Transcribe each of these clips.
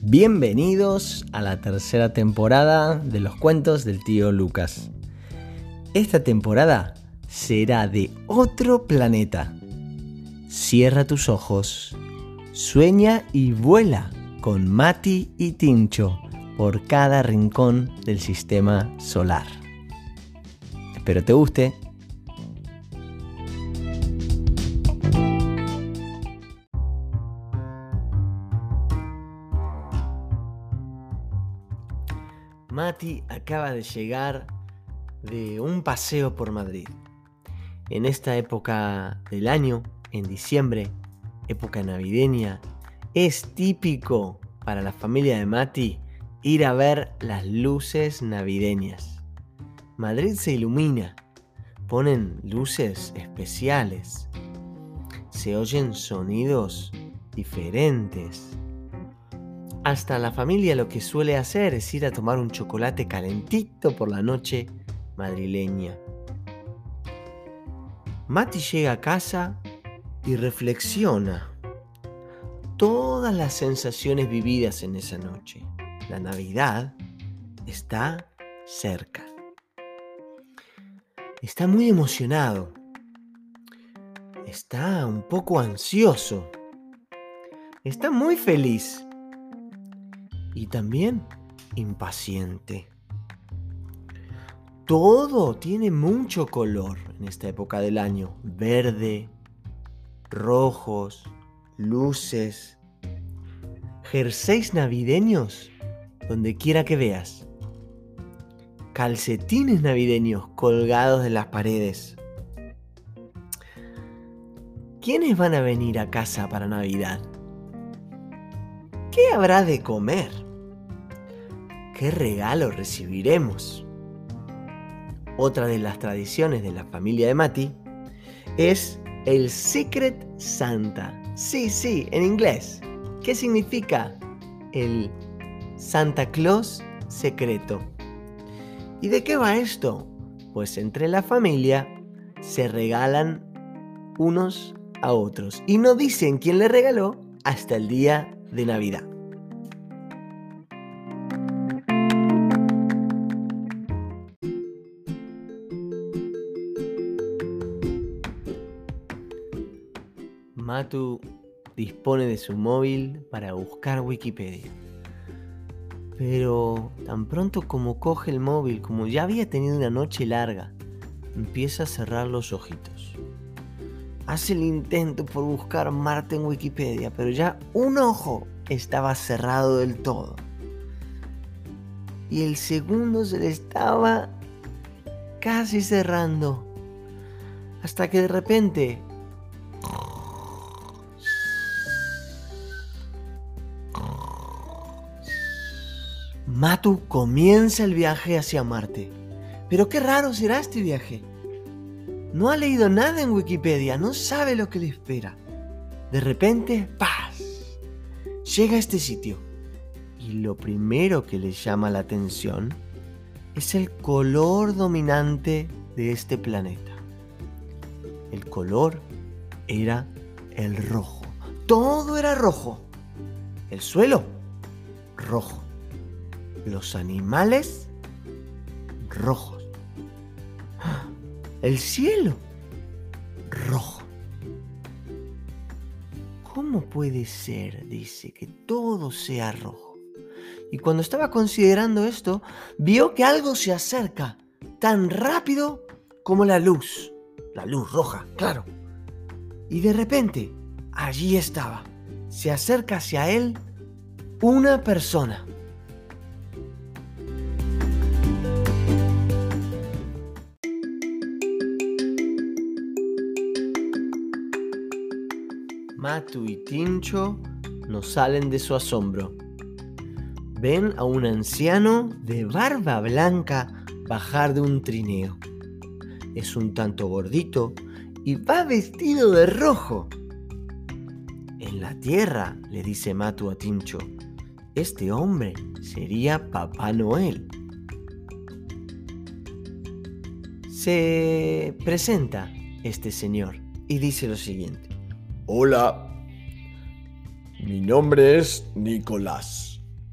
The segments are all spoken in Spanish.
Bienvenidos a la tercera temporada de los cuentos del tío Lucas. Esta temporada será de otro planeta. Cierra tus ojos, sueña y vuela con Mati y Tincho por cada rincón del sistema solar. Espero te guste. Mati acaba de llegar de un paseo por Madrid. En esta época del año, en diciembre, época navideña, es típico para la familia de Mati ir a ver las luces navideñas. Madrid se ilumina, ponen luces especiales, se oyen sonidos diferentes. Hasta la familia lo que suele hacer es ir a tomar un chocolate calentito por la noche madrileña. Mati llega a casa y reflexiona todas las sensaciones vividas en esa noche. La Navidad está cerca. Está muy emocionado. Está un poco ansioso. Está muy feliz. Y también impaciente. Todo tiene mucho color en esta época del año. Verde, rojos, luces, jerseys navideños donde quiera que veas. Calcetines navideños colgados de las paredes. ¿Quiénes van a venir a casa para Navidad? ¿Qué habrá de comer? ¿Qué regalo recibiremos? Otra de las tradiciones de la familia de Mati es el Secret Santa. Sí, en inglés. ¿Qué significa el Santa Claus secreto? ¿Y de qué va esto? Pues entre la familia se regalan unos a otros y no dicen quién le regaló hasta el día de Navidad. Matu dispone de su móvil para buscar Wikipedia. Pero tan pronto como coge el móvil, como ya había tenido una noche larga, empieza a cerrar los ojitos. Hace el intento por buscar Marte en Wikipedia, pero ya un ojo estaba cerrado del todo. Y el segundo se le estaba casi cerrando. Hasta que de repente Matu comienza el viaje hacia Marte. Pero qué raro será este viaje. No ha leído nada en Wikipedia, no sabe lo que le espera. De repente, ¡paz! Llega a este sitio. Y lo primero que le llama la atención es el color dominante de este planeta. El color era el rojo. Todo era rojo. El suelo, rojo. Los animales, rojos. El cielo, rojo. ¿Cómo puede ser, dice, que todo sea rojo? Y cuando estaba considerando esto, vio que algo se acerca tan rápido como la luz roja, claro. Y de repente, allí estaba. Se acerca hacia él una persona. Matu y Tincho no salen de su asombro. Ven a un anciano de barba blanca bajar de un trineo. Es un tanto gordito y va vestido de rojo. En la Tierra, le dice Matu a Tincho, este hombre sería Papá Noel. Se presenta este señor y dice lo siguiente. Hola, mi nombre es Nicolás.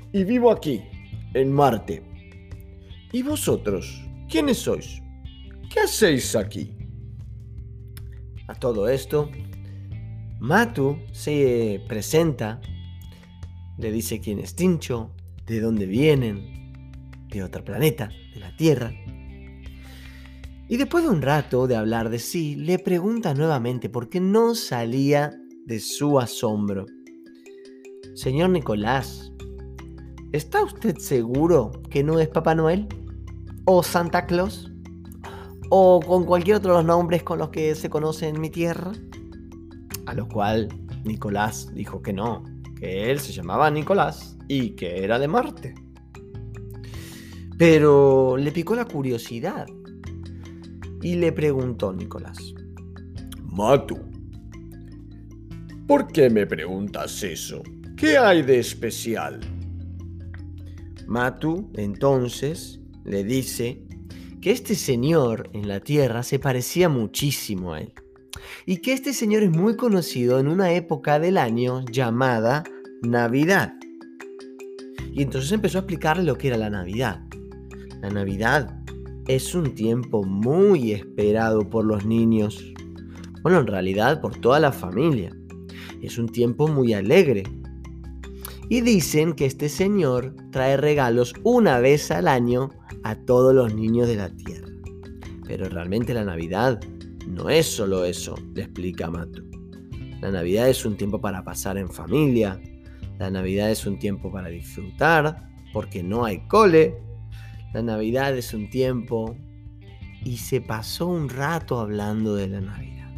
y vivo aquí, en Marte. ¿Y vosotros? ¿Quiénes sois? ¿Qué hacéis aquí? A todo esto, Matu se presenta, le dice quién es Tincho, de dónde vienen, de otro planeta, de la Tierra. Y después de un rato de hablar de sí, le pregunta nuevamente por qué no salía de su asombro. Señor Nicolás, ¿está usted seguro que no es Papá Noel? ¿O Santa Claus? ¿O con cualquier otro de los nombres con los que se conoce en mi tierra? A lo cual Nicolás dijo que no, que él se llamaba Nicolás y que era de Marte. Pero le picó la curiosidad y le preguntó Nicolás: Matu, ¿por qué me preguntas eso? ¿Qué hay de especial? Matu entonces le dice que este señor en la Tierra se parecía muchísimo a él y que este señor es muy conocido en una época del año llamada Navidad. Y entonces empezó a explicarle lo que era la Navidad. La Navidad es un tiempo muy esperado por los niños. Bueno, en realidad por toda la familia. Es un tiempo muy alegre. Y dicen que este señor trae regalos una vez al año a todos los niños de la Tierra. Pero realmente la Navidad no es solo eso, le explica Matu. La Navidad es un tiempo para pasar en familia. La Navidad es un tiempo para disfrutar, porque no hay cole. La Navidad es un tiempo... Y se pasó un rato hablando de la Navidad.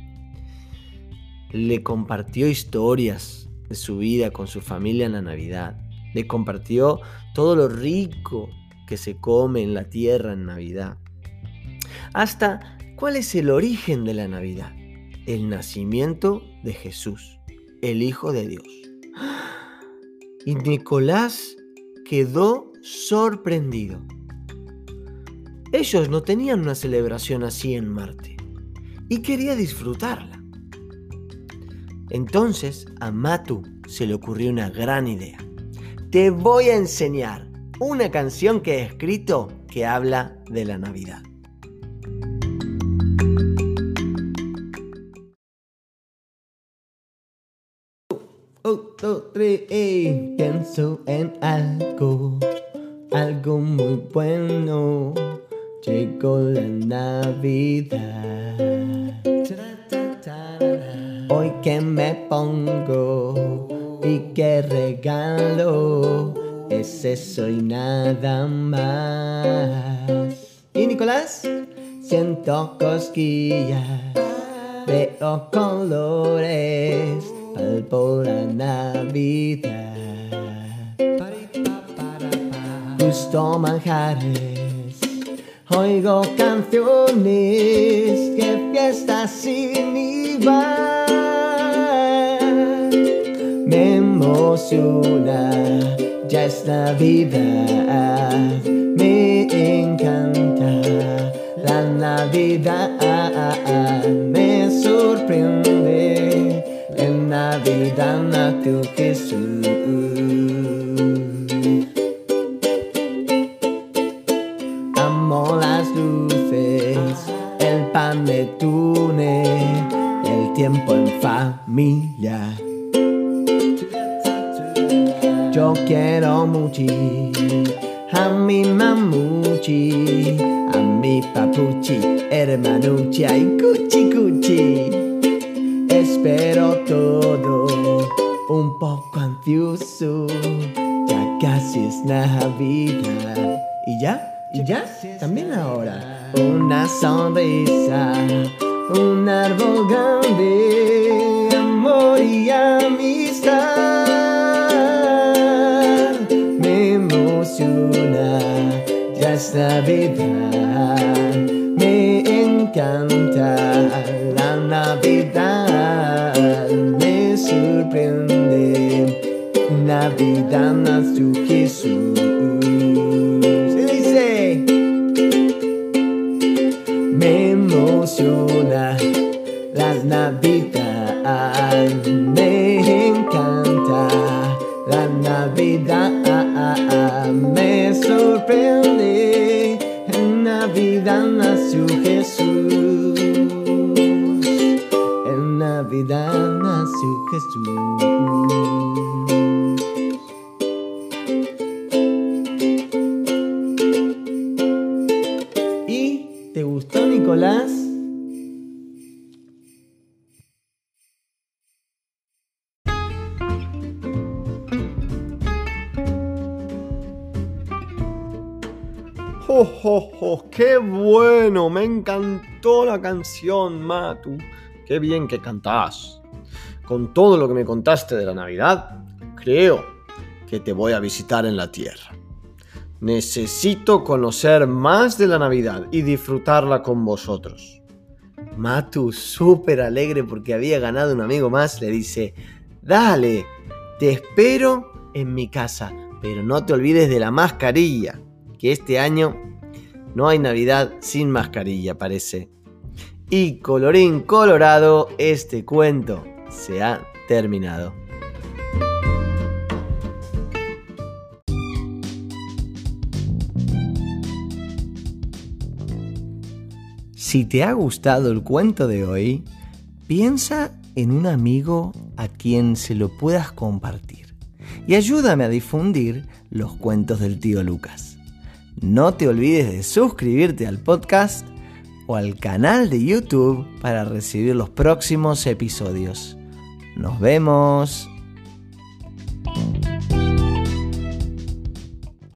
Le compartió historias de su vida con su familia en la Navidad. Le compartió todo lo rico que se come en la tierra en Navidad. Hasta cuál es el origen de la Navidad. El nacimiento de Jesús, el Hijo de Dios. Y Nicolás quedó sorprendido. Ellos no tenían una celebración así en Marte y quería disfrutarla. Entonces a Matu se le ocurrió una gran idea. Te voy a enseñar una canción que he escrito que habla de la Navidad. Pienso en algo muy bueno. Llegó la Navidad. Hoy que me pongo y qué regalo, es eso y nada más. ¿Y Nicolás? Siento cosquillas, veo colores, palpo la Navidad. Gusto manjares, oigo canciones, qué fiesta sin igual. Me emociona, ya es Navidad, me encanta la Navidad, me sorprende, en Navidad nació Jesús. Amo las luces, el panettone, el tiempo en familia. Yo quiero mucho a mi mamuchi, a mi papuchi, hermanuchi, ay cuchi cuchi. Espero todo un poco ansioso, ya casi es Navidad. ¿Y ya? También ahora. Una sonrisa, un árbol grande, amor y amistad. Me emociona, ya es Navidad, me encanta la Navidad, me sorprende, Navidad nació Jesús. Se dice, me emociona la Navidad, me encanta la Navidad. Navidad nació Jesús. ¿Y te gustó, Nicolás? ¡Oh, oh, oh! ¡Qué bueno! Me encantó la canción, Matu. ¡Qué bien que cantás! Con todo lo que me contaste de la Navidad, creo que te voy a visitar en la tierra. Necesito conocer más de la Navidad y disfrutarla con vosotros. Matu, súper alegre porque había ganado un amigo más, le dice: dale, te espero en mi casa, pero no te olvides de la mascarilla, que este año no hay Navidad sin mascarilla, parece. Y colorín colorado, este cuento se ha terminado. Si te ha gustado el cuento de hoy, piensa en un amigo a quien se lo puedas compartir y ayúdame a difundir los cuentos del tío Lucas. No te olvides de suscribirte al podcast o al canal de YouTube para recibir los próximos episodios. ¡Nos vemos!